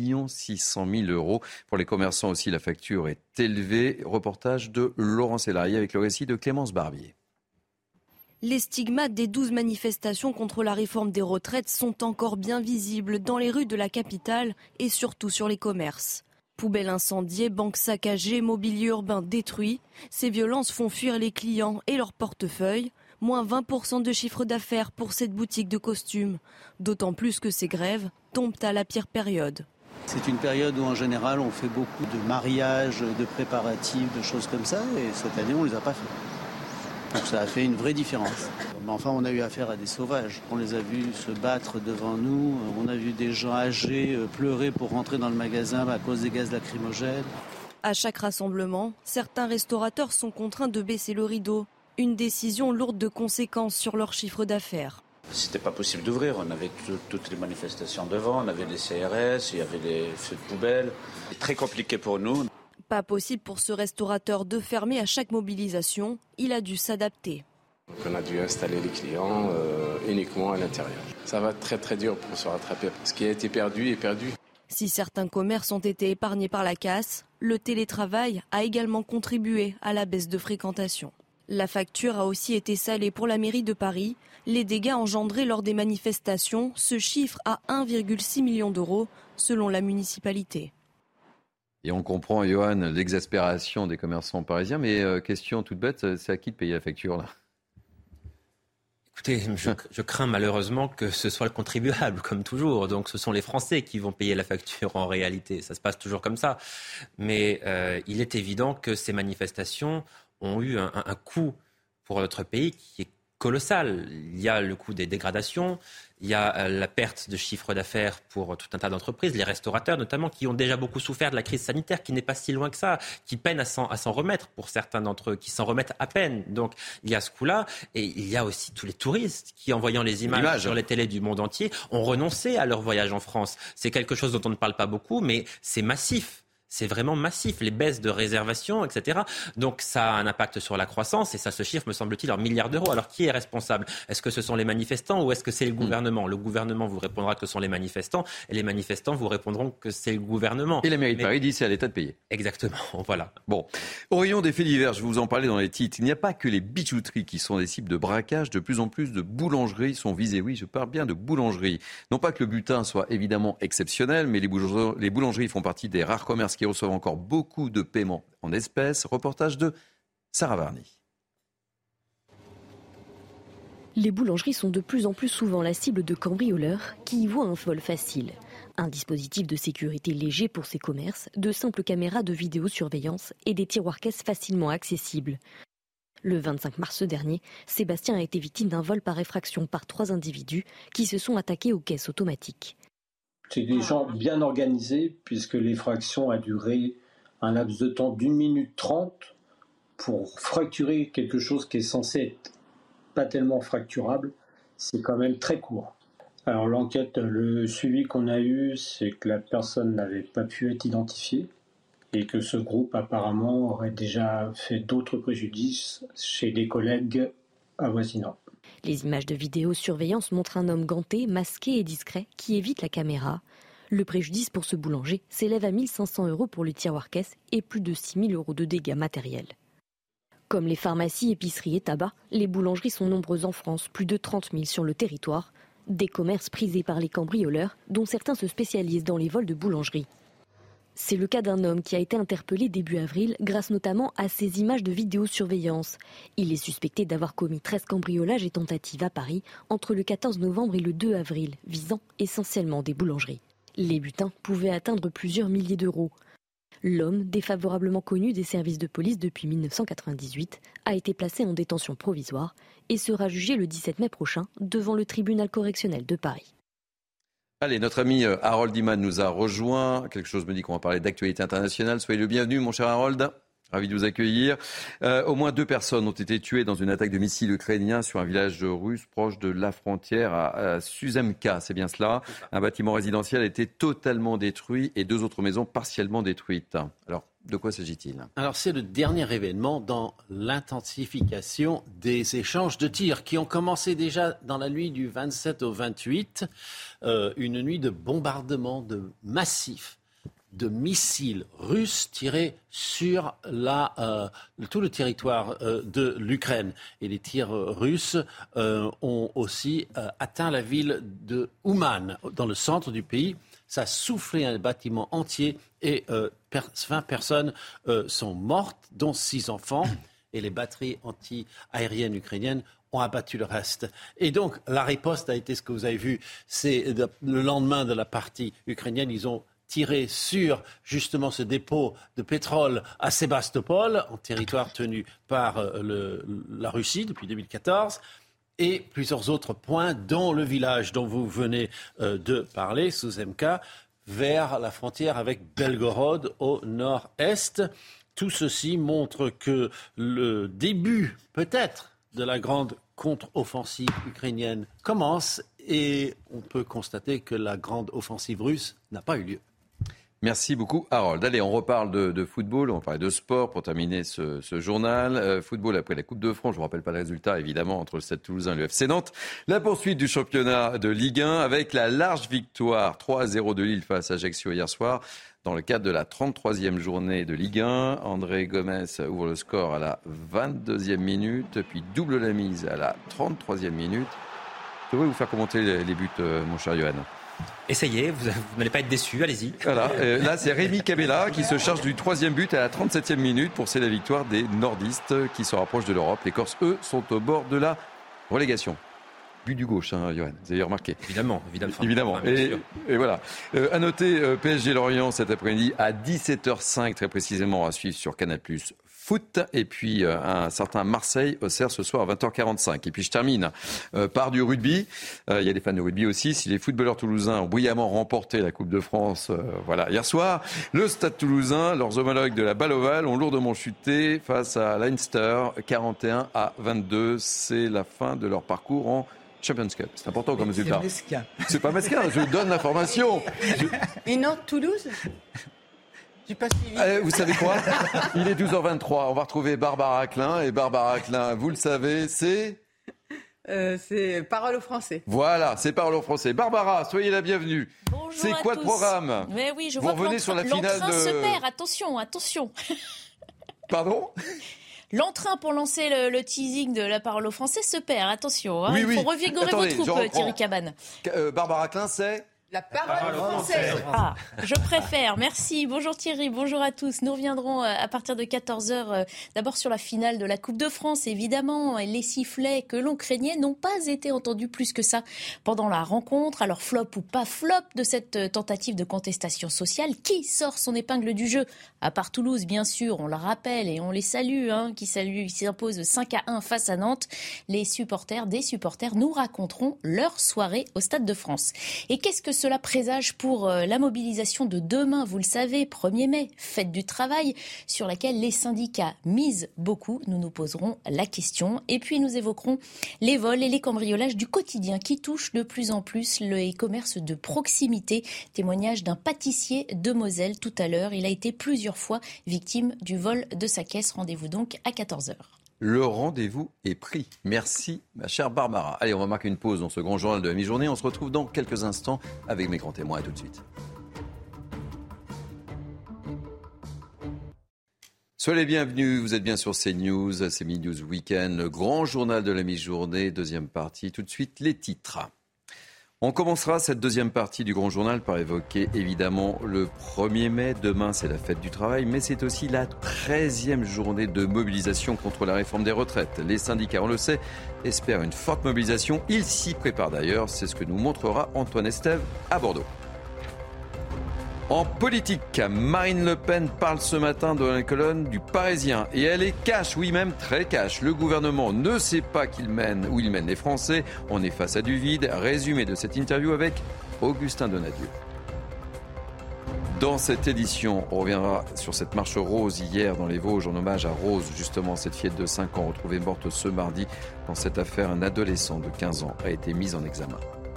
600 000 €. Pour les commerçants aussi, la facture est élevée. Reportage de Laurent Sélarié avec le récit de Clémence Barbier. Les stigmates des 12 manifestations contre la réforme des retraites sont encore bien visibles dans les rues de la capitale et surtout sur les commerces. Poubelles incendiées, banques saccagées, mobilier urbain détruit. Ces violences font fuir les clients et leurs portefeuilles. Moins 20% de chiffre d'affaires pour cette boutique de costumes. D'autant plus que ces grèves tombent à la pire période. C'est une période où en général on fait beaucoup de mariages, de préparatifs, de choses comme ça. Et cette année on ne les a pas fait. Donc ça a fait une vraie différence. Mais enfin, on a eu affaire à des sauvages. On les a vus se battre devant nous. On a vu des gens âgés pleurer pour rentrer dans le magasin à cause des gaz lacrymogènes. À chaque rassemblement, certains restaurateurs sont contraints de baisser le rideau. Une décision lourde de conséquences sur leur chiffre d'affaires. C'était pas possible d'ouvrir. On avait toutes les manifestations devant. On avait les CRS, il y avait les feux de poubelle. C'est très compliqué pour nous. Pas possible pour ce restaurateur de fermer à chaque mobilisation. Il a dû s'adapter. On a dû installer les clients uniquement à l'intérieur. Ça va être très très dur pour se rattraper. Ce qui a été perdu est perdu. Si certains commerces ont été épargnés par la casse, le télétravail a également contribué à la baisse de fréquentation. La facture a aussi été salée pour la mairie de Paris. Les dégâts engendrés lors des manifestations se chiffrent à 1,6 million d'euros selon la municipalité. Et on comprend, Johan, l'exaspération des commerçants parisiens, mais question toute bête, c'est à qui de payer la facture là ? Écoutez, je crains malheureusement que ce soit le contribuable, comme toujours. Donc ce sont les Français qui vont payer la facture en réalité. Ça se passe toujours comme ça. Mais il est évident que ces manifestations ont eu un coût pour notre pays qui est colossal. Il y a le coût des dégradations, il y a la perte de chiffre d'affaires pour tout un tas d'entreprises, les restaurateurs notamment, qui ont déjà beaucoup souffert de la crise sanitaire, qui n'est pas si loin que ça, qui peinent à s'en remettre pour certains d'entre eux, qui s'en remettent à peine. Donc il y a ce coût-là, et il y a aussi tous les touristes qui, en voyant les images sur les télés du monde entier, ont renoncé à leur voyage en France. C'est quelque chose dont on ne parle pas beaucoup, mais c'est massif. C'est vraiment massif, les baisses de réservation, etc. Donc ça a un impact sur la croissance et ça se chiffre, me semble-t-il, en milliards d'euros. Alors qui est responsable ? Est-ce que ce sont les manifestants ou est-ce que c'est le gouvernement ? Le gouvernement vous répondra que ce sont les manifestants et les manifestants vous répondront que c'est le gouvernement. Et la mairie de Paris dit c'est à l'État de payer. Exactement, voilà. Bon, au rayon des faits divers, je vous en parlais dans les titres, il n'y a pas que les bijouteries qui sont des cibles de braquage, de plus en plus de boulangeries sont visées. Oui, je parle bien de boulangeries. Non pas que le butin soit évidemment exceptionnel, mais les boulangeries font partie des rares commerces qui reçoivent encore beaucoup de paiements en espèces. Reportage de Sarah Varny. Les boulangeries sont de plus en plus souvent la cible de cambrioleurs qui y voient un vol facile. Un dispositif de sécurité léger pour ces commerces, de simples caméras de vidéosurveillance et des tiroirs-caisses facilement accessibles. Le 25 mars dernier, Sébastien a été victime d'un vol par effraction par 3 individus qui se sont attaqués aux caisses automatiques. C'est des gens bien organisés puisque l'effraction a duré un laps de temps d'1 minute 30 pour fracturer quelque chose qui est censé être pas tellement fracturable. C'est quand même très court. Alors l'enquête, le suivi qu'on a eu, c'est que la personne n'avait pas pu être identifiée et que ce groupe apparemment aurait déjà fait d'autres préjudices chez des collègues avoisinants. Les images de vidéosurveillance montrent un homme ganté, masqué et discret qui évite la caméra. Le préjudice pour ce boulanger s'élève à 1 500 € pour le tiroir-caisse et plus de 6 000 € de dégâts matériels. Comme les pharmacies, épiceries et tabac, les boulangeries sont nombreuses en France, plus de 30 000 sur le territoire. Des commerces prisés par les cambrioleurs, dont certains se spécialisent dans les vols de boulangerie. C'est le cas d'un homme qui a été interpellé début avril grâce notamment à ces images de vidéosurveillance. Il est suspecté d'avoir commis 13 cambriolages et tentatives à Paris entre le 14 novembre et le 2 avril, visant essentiellement des boulangeries. Les butins pouvaient atteindre plusieurs milliers d'euros. L'homme, défavorablement connu des services de police depuis 1998, a été placé en détention provisoire et sera jugé le 17 mai prochain devant le tribunal correctionnel de Paris. Allez, notre ami Harold Iman nous a rejoint. Quelque chose me dit qu'on va parler d'actualité internationale. Soyez le bienvenu, mon cher Harold. Ravi de vous accueillir. Au moins 2 personnes ont été tuées dans une attaque de missiles ukrainiens sur un village russe proche de la frontière à Suzemka. C'est bien cela. Un bâtiment résidentiel a été totalement détruit et 2 autres maisons partiellement détruites. Alors, de quoi s'agit-il ? Alors, c'est le dernier événement dans l'intensification des échanges de tirs qui ont commencé déjà dans la nuit du 27 au 28. Une nuit de bombardement massifs de missiles russes tirés sur tout le territoire de l'Ukraine. Et les tirs russes ont aussi atteint la ville de Ouman, dans le centre du pays. Ça a soufflé un bâtiment entier et 20 personnes sont mortes, dont 6 enfants. Et les batteries anti-aériennes ukrainiennes ont abattu le reste. Et donc, la riposte a été ce que vous avez vu. C'est le lendemain de la partie ukrainienne, ils ont tiré sur justement ce dépôt de pétrole à Sébastopol, en territoire tenu par la Russie depuis 2014, et plusieurs autres points, dont le village dont vous venez de parler, Suzemka, vers la frontière avec Belgorod au nord-est. Tout ceci montre que le début, peut-être, de la grande contre-offensive ukrainienne commence, et on peut constater que la grande offensive russe n'a pas eu lieu. Merci beaucoup, Harold. Allez, on reparle de football, on va parler de sport pour terminer ce journal. Football après la Coupe de France, je ne vous rappelle pas le résultat, évidemment, entre le Stade Toulousain et le FC Nantes. La poursuite du championnat de Ligue 1 avec la large victoire 3-0 de Lille face à Ajaccio hier soir. Dans le cadre de la 33e journée de Ligue 1, André Gomes ouvre le score à la 22e minute, puis double la mise à la 33e minute. Je vais vous faire commenter les buts, mon cher Johan. Essayez, vous n'allez pas être déçus, allez-y. Voilà, là c'est Rémi Cabella qui se charge du 3e but à la 37e minute pour sceller la victoire des nordistes qui se rapprochent de l'Europe. Les Corses, eux, sont au bord de la relégation. But du gauche, hein, Johan, vous avez remarqué. Évidemment. Et voilà. À noter, PSG Lorient cet après-midi à 17h05, très précisément, à suivre sur Canal+. foot. Et puis un certain Marseille-Auxerre ce soir à 20h45. Et puis je termine par du rugby. Il y a des fans de rugby aussi. Si les footballeurs toulousains ont brillamment remporté la Coupe de France hier soir, le Stade Toulousain, leurs homologues de la balle ovale, ont lourdement chuté face à Leinster, 41-22. C'est la fin de leur parcours en Champions Cup. C'est important comme résultat. C'est mesquin. C'est pas mesquin, je donne l'information. Et non, Toulouse ? J'ai pas suivi. Vous savez quoi ? Il est 12h23. On va retrouver Barbara Acklin. Et Barbara Acklin, vous le savez, c'est Parole aux Français. Voilà, c'est Parole aux Français. Barbara, soyez la bienvenue. Bonjour c'est quoi le programme ? Mais oui, je vous vois revenez que sur la finale l'entrain de... se perd. Attention. Pardon ? L'entrain pour lancer le teasing de la Parole aux Français se perd. Attention, hein. Oui. Il faut revigorer vos troupes, Thierry Cabane. Barbara Acklin, c'est... La parole française. Ah, je préfère. Merci. Bonjour Thierry, bonjour à tous. Nous reviendrons à partir de 14h d'abord sur la finale de la Coupe de France. Évidemment, les sifflets que l'on craignait n'ont pas été entendus plus que ça pendant la rencontre. Alors flop ou pas flop de cette tentative de contestation sociale, qui sort son épingle du jeu ? À part Toulouse, bien sûr, on le rappelle et on les salue, qui s'imposent 5-1 face à Nantes. Des supporters nous raconteront leur soirée au Stade de France. Et qu'est-ce que cela présage pour la mobilisation de demain ? Vous le savez, 1er mai, fête du travail, sur laquelle les syndicats misent beaucoup. Nous nous poserons la question. Et puis nous évoquerons les vols et les cambriolages du quotidien qui touchent de plus en plus les commerces de proximité. Témoignage d'un pâtissier de Moselle tout à l'heure. Il a été plusieurs fois victime du vol de sa caisse. Rendez-vous donc à 14h. Le rendez-vous est pris. Merci, ma chère Barbara. Allez, on va marquer une pause dans ce grand journal de la mi-journée. On se retrouve dans quelques instants avec mes grands témoins. À tout de suite. Soyez les bienvenus, vous êtes bien sur CNews, c'est Midi News Weekend, le grand journal de la mi-journée, deuxième partie. Tout de suite, les titres. On commencera cette deuxième partie du Grand Journal par évoquer évidemment le 1er mai. Demain, c'est la fête du travail, mais c'est aussi la 13e journée de mobilisation contre la réforme des retraites. Les syndicats, on le sait, espèrent une forte mobilisation. Ils s'y préparent d'ailleurs. C'est ce que nous montrera Antoine Estève à Bordeaux. En politique, Marine Le Pen parle ce matin dans la colonne du Parisien. Et elle est cash, oui même très cash. Le gouvernement ne sait pas où il mène les Français. On est face à du vide. Résumé de cette interview avec Augustin Donadieu. Dans cette édition, on reviendra sur cette marche rose hier dans les Vosges en hommage à Rose, justement cette fillette de 5 ans retrouvée morte ce mardi. Dans cette affaire, un adolescent de 15 ans a été mis en examen.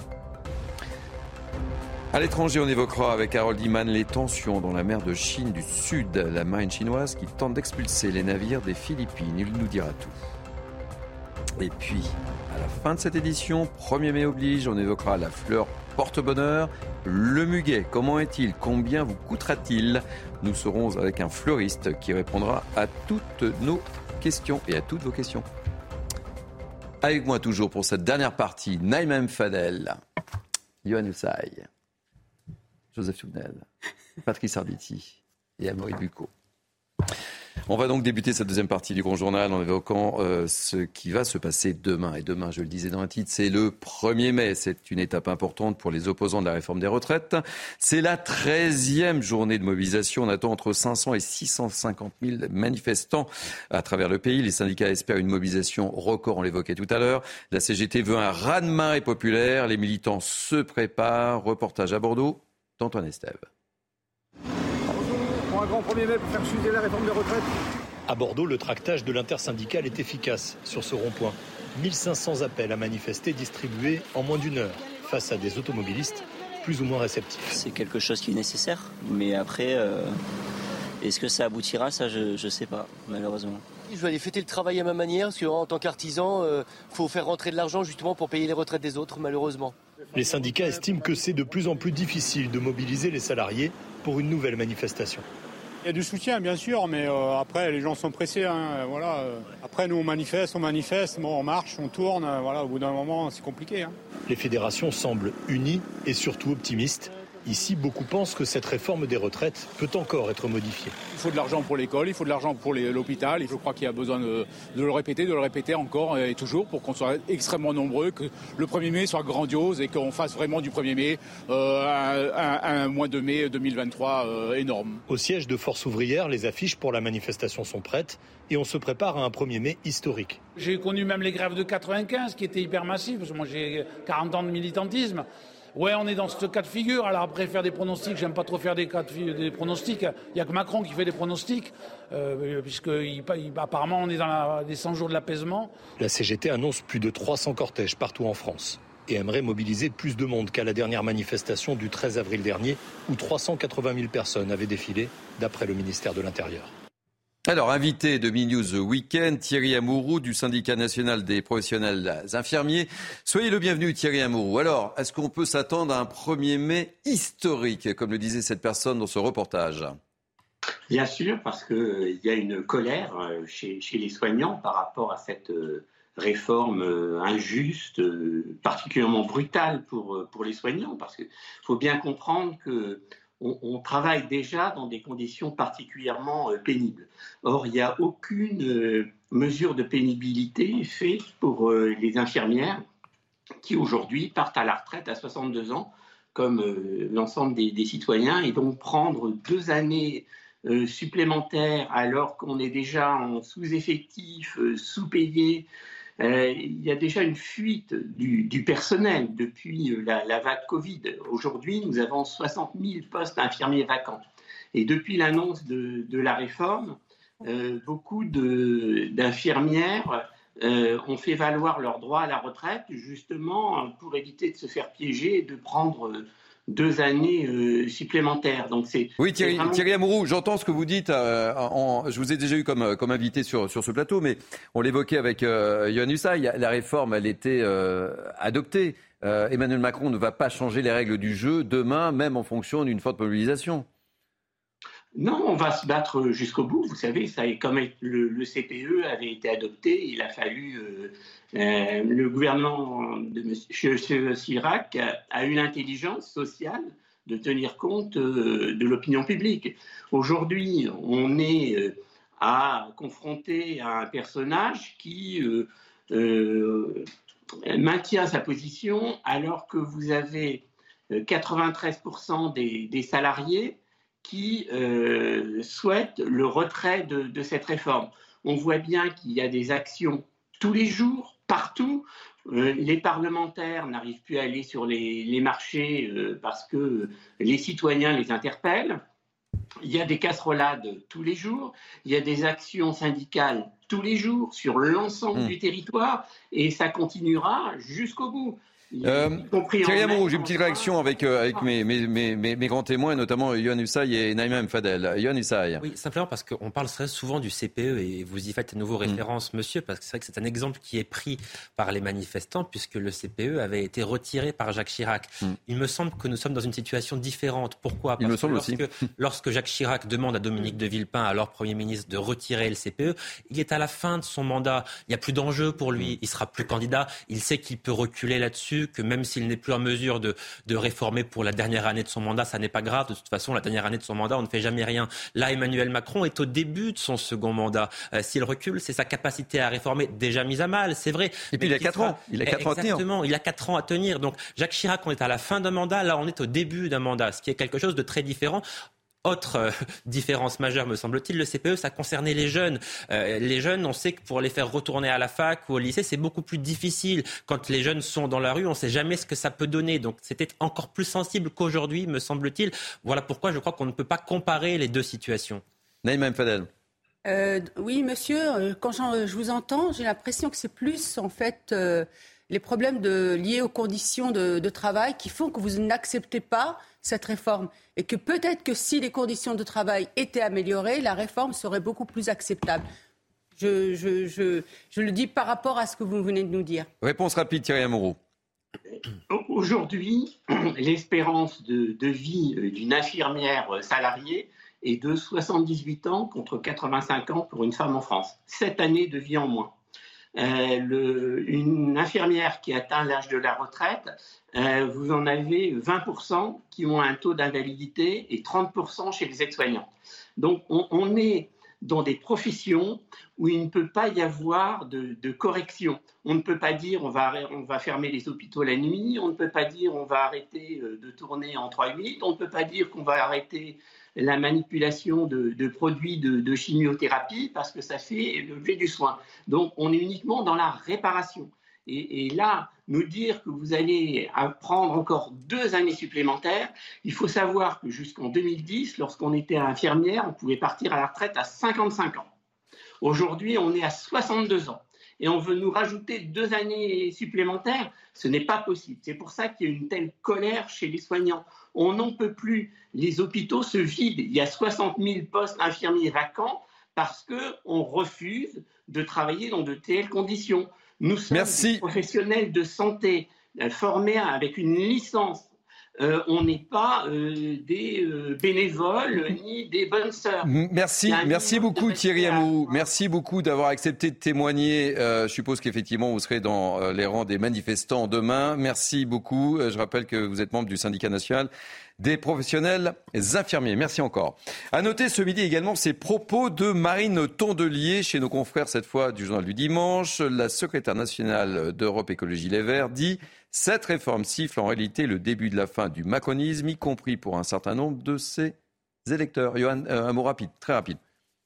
À l'étranger, on évoquera avec Harold Iman les tensions dans la mer de Chine du Sud. La marine chinoise qui tente d'expulser les navires des Philippines. Il nous dira tout. Et puis, à la fin de cette édition, 1er mai oblige, on évoquera la fleur porte-bonheur. Le muguet, comment est-il ? Combien vous coûtera-t-il ? Nous serons avec un fleuriste qui répondra à toutes nos questions et à toutes vos questions. Avec moi toujours pour cette dernière partie, Naïma M. Fadel, Yohann Usaï, Joseph Tounel, Patrice Arditi et Amaury Bucco. On va donc débuter cette deuxième partie du Grand Journal en évoquant ce qui va se passer demain. Et demain, je le disais dans un titre, c'est le 1er mai. C'est une étape importante pour les opposants de la réforme des retraites. C'est la 13e journée de mobilisation. On attend entre 500 et 650 000 manifestants à travers le pays. Les syndicats espèrent une mobilisation record, on l'évoquait tout à l'heure. La CGT veut un raz-de-marée populaire. Les militants se préparent. Reportage à Bordeaux d'Antoine Estève. Pour un grand 1er mai pour faire chuter la réforme des retraites. À Bordeaux, le tractage de l'intersyndicale est efficace sur ce rond-point. 1500 appels à manifester distribués en moins d'une heure face à des automobilistes plus ou moins réceptifs. C'est quelque chose qui est nécessaire, mais après, est-ce que ça aboutira ? Ça, je ne sais pas, malheureusement. Je vais aller fêter le travail à ma manière, parce qu'en tant qu'artisan, faut faire rentrer de l'argent justement pour payer les retraites des autres, malheureusement. Les syndicats estiment que c'est de plus en plus difficile de mobiliser les salariés pour une nouvelle manifestation. Il y a du soutien, bien sûr, mais après, les gens sont pressés. Voilà. Après, nous, on manifeste, on marche, on tourne. Voilà, au bout d'un moment, c'est compliqué. Les fédérations semblent unies et surtout optimistes. Ici, beaucoup pensent que cette réforme des retraites peut encore être modifiée. Il faut de l'argent pour l'école, il faut de l'argent pour l'hôpital. Je crois qu'il y a besoin de le répéter encore et toujours pour qu'on soit extrêmement nombreux, que le 1er mai soit grandiose et qu'on fasse vraiment du 1er mai un mois de mai 2023 énorme. Au siège de Force ouvrière, les affiches pour la manifestation sont prêtes et on se prépare à un 1er mai historique. J'ai connu même les grèves de 95 qui étaient hyper massives, parce que moi j'ai 40 ans de militantisme. Ouais, on est dans ce cas de figure. Alors après, faire des pronostics, j'aime pas trop faire des pronostics. Il n'y a que Macron qui fait des pronostics, puisque apparemment on est dans les 100 jours de l'apaisement. La CGT annonce plus de 300 cortèges partout en France et aimerait mobiliser plus de monde qu'à la dernière manifestation du 13 avril dernier, où 380 000 personnes avaient défilé, d'après le ministère de l'Intérieur. Alors, invité de Midi News Weekend, Thierry Amouroux du syndicat national des professionnels infirmiers. Soyez le bienvenu, Thierry Amouroux. Alors, est-ce qu'on peut s'attendre à un 1er mai historique, comme le disait cette personne dans ce reportage ? Bien sûr, parce qu'il y a une colère chez les soignants par rapport à cette réforme injuste, particulièrement brutale pour les soignants, parce qu'il faut bien comprendre que on travaille déjà dans des conditions particulièrement pénibles. Or, il n'y a aucune mesure de pénibilité faite pour les infirmières qui aujourd'hui partent à la retraite à 62 ans, comme l'ensemble des citoyens, et donc prendre 2 années supplémentaires alors qu'on est déjà en sous-effectif, sous-payé. Il y a déjà une fuite du personnel depuis la vague Covid. Aujourd'hui, nous avons 60 000 postes d'infirmiers vacants. Et depuis l'annonce de la réforme, beaucoup d'infirmières ont fait valoir leur droit à la retraite, justement pour éviter de se faire piéger et de prendre 2 années supplémentaires. Donc oui, Thierry Amouroux, j'entends ce que vous dites. Je vous ai déjà eu comme invité sur ce plateau, mais on l'évoquait avec Yohann Usaï. La réforme, elle était adoptée. Emmanuel Macron ne va pas changer les règles du jeu demain, même en fonction d'une forte mobilisation. Non, on va se battre jusqu'au bout. Vous savez, comme le CPE avait été adopté, il a fallu... le gouvernement de M. Chirac a eu l'intelligence sociale de tenir compte de l'opinion publique. Aujourd'hui, on est confronté à un personnage qui maintient sa position alors que vous avez 93% des salariés qui souhaitent le retrait de cette réforme. On voit bien qu'il y a des actions tous les jours, partout. Les parlementaires n'arrivent plus à aller sur les marchés parce que les citoyens les interpellent. Il y a des casserolades tous les jours. Il y a des actions syndicales tous les jours sur l'ensemble du territoire et ça continuera jusqu'au bout. Thierry Amouroux, j'ai une petite réaction avec mes grands témoins, notamment Yohann Usaï et Naïma M. Fadel. Yohann Usaï. Oui, simplement parce qu'on parle très souvent du CPE et vous y faites à nouveau référence, monsieur, parce que c'est vrai que c'est un exemple qui est pris par les manifestants puisque le CPE avait été retiré par Jacques Chirac. Il me semble que nous sommes dans une situation différente. Pourquoi ? Parce que lorsque Jacques Chirac demande à Dominique de Villepin, alors Premier ministre, de retirer le CPE, il est à la fin de son mandat. Il n'y a plus d'enjeu pour lui. Il sera plus candidat. Il sait qu'il peut reculer là-dessus, que même s'il n'est plus en mesure de réformer pour la dernière année de son mandat, ça n'est pas grave. De toute façon, la dernière année de son mandat, on ne fait jamais rien. Là, Emmanuel Macron est au début de son second mandat. S'il recule, c'est sa capacité à réformer déjà mise à mal, c'est vrai. Et puis il a 4 ans. Il a 4 ans à tenir. Exactement, il a 4 ans à tenir. Donc Jacques Chirac, on est à la fin d'un mandat. Là, on est au début d'un mandat, ce qui est quelque chose de très différent. Autre différence majeure, me semble-t-il, le CPE, ça concernait les jeunes. Les jeunes, on sait que pour les faire retourner à la fac ou au lycée, c'est beaucoup plus difficile. Quand les jeunes sont dans la rue, on ne sait jamais ce que ça peut donner. Donc c'était encore plus sensible qu'aujourd'hui, me semble-t-il. Voilà pourquoi je crois qu'on ne peut pas comparer les deux situations. Naïma M. Fadel. Oui, monsieur, quand je vous entends, j'ai l'impression que c'est plus, en fait, les problèmes liés aux conditions de travail qui font que vous n'acceptez pas cette réforme. Et que peut-être que si les conditions de travail étaient améliorées, la réforme serait beaucoup plus acceptable. Je le dis par rapport à ce que vous venez de nous dire. Réponse rapide, Thierry Amouroux. Aujourd'hui, l'espérance de vie d'une infirmière salariée est de 78 ans contre 85 ans pour une femme en France. 7 années de vie en moins. une infirmière qui atteint l'âge de la retraite, vous en avez 20% qui ont un taux d'invalidité et 30% chez les aides-soignants. Donc on est dans des professions où il ne peut pas y avoir de correction. On ne peut pas dire on va fermer les hôpitaux la nuit, on ne peut pas dire on va arrêter de tourner en 3/8, on ne peut pas dire qu'on va arrêter la manipulation de produits de chimiothérapie parce que ça fait l'objet du soin. Donc on est uniquement dans la réparation. Et là, nous dire que vous allez prendre encore 2 années supplémentaires, il faut savoir que jusqu'en 2010, lorsqu'on était infirmière, on pouvait partir à la retraite à 55 ans. Aujourd'hui, on est à 62 ans. Et on veut nous rajouter 2 années supplémentaires. Ce n'est pas possible. C'est pour ça qu'il y a une telle colère chez les soignants. On n'en peut plus. Les hôpitaux se vident. Il y a 60 000 postes infirmiers vacants parce qu'on refuse de travailler dans de telles conditions. Nous sommes des professionnels de santé formés avec une licence. On n'est pas des bénévoles ni des bonnes sœurs. Merci beaucoup Thierry Amouroux. Merci beaucoup d'avoir accepté de témoigner. Je suppose qu'effectivement vous serez dans les rangs des manifestants demain. Merci beaucoup. Je rappelle que vous êtes membre du syndicat national des professionnels infirmiers. Merci encore. À noter ce midi également ces propos de Marine Tondelier chez nos confrères, cette fois du Journal du Dimanche. La secrétaire nationale d'Europe Écologie Les Verts dit « Cette réforme siffle en réalité le début de la fin du macronisme, y compris pour un certain nombre de ses électeurs. » Johan, un mot rapide, très rapide.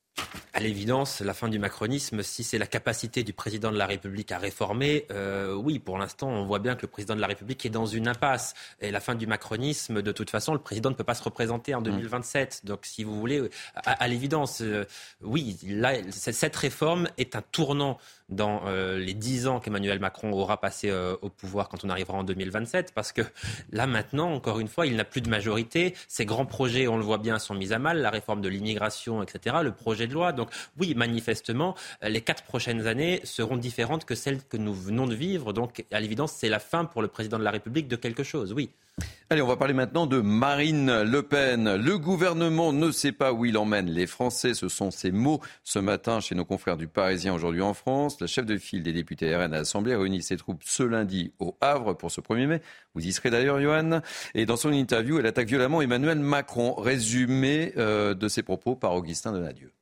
À l'évidence, la fin du macronisme, si c'est la capacité du président de la République à réformer, oui, pour l'instant, on voit bien que le président de la République est dans une impasse. Et la fin du macronisme, de toute façon, le président ne peut pas se représenter en 2027. Donc, si vous voulez, à l'évidence, oui, là, cette réforme est un tournant dans les 10 ans qu'Emmanuel Macron aura passé au pouvoir quand on arrivera en 2027, parce que là maintenant, encore une fois, il n'a plus de majorité. Ses grands projets, on le voit bien, sont mis à mal, la réforme de l'immigration, etc., le projet de loi. Donc oui, manifestement, les 4 prochaines années seront différentes que celles que nous venons de vivre. Donc à l'évidence, c'est la fin pour le président de la République de quelque chose, oui. Allez, on va parler maintenant de Marine Le Pen. Le gouvernement ne sait pas où il emmène les Français. Ce sont ses mots ce matin chez nos confrères du Parisien aujourd'hui en France. La chef de file des députés RN à l'Assemblée réunit ses troupes ce lundi au Havre pour ce 1er mai. Vous y serez d'ailleurs, Johan. Et dans son interview, elle attaque violemment Emmanuel Macron. Résumé de ses propos par Augustin Donadieu.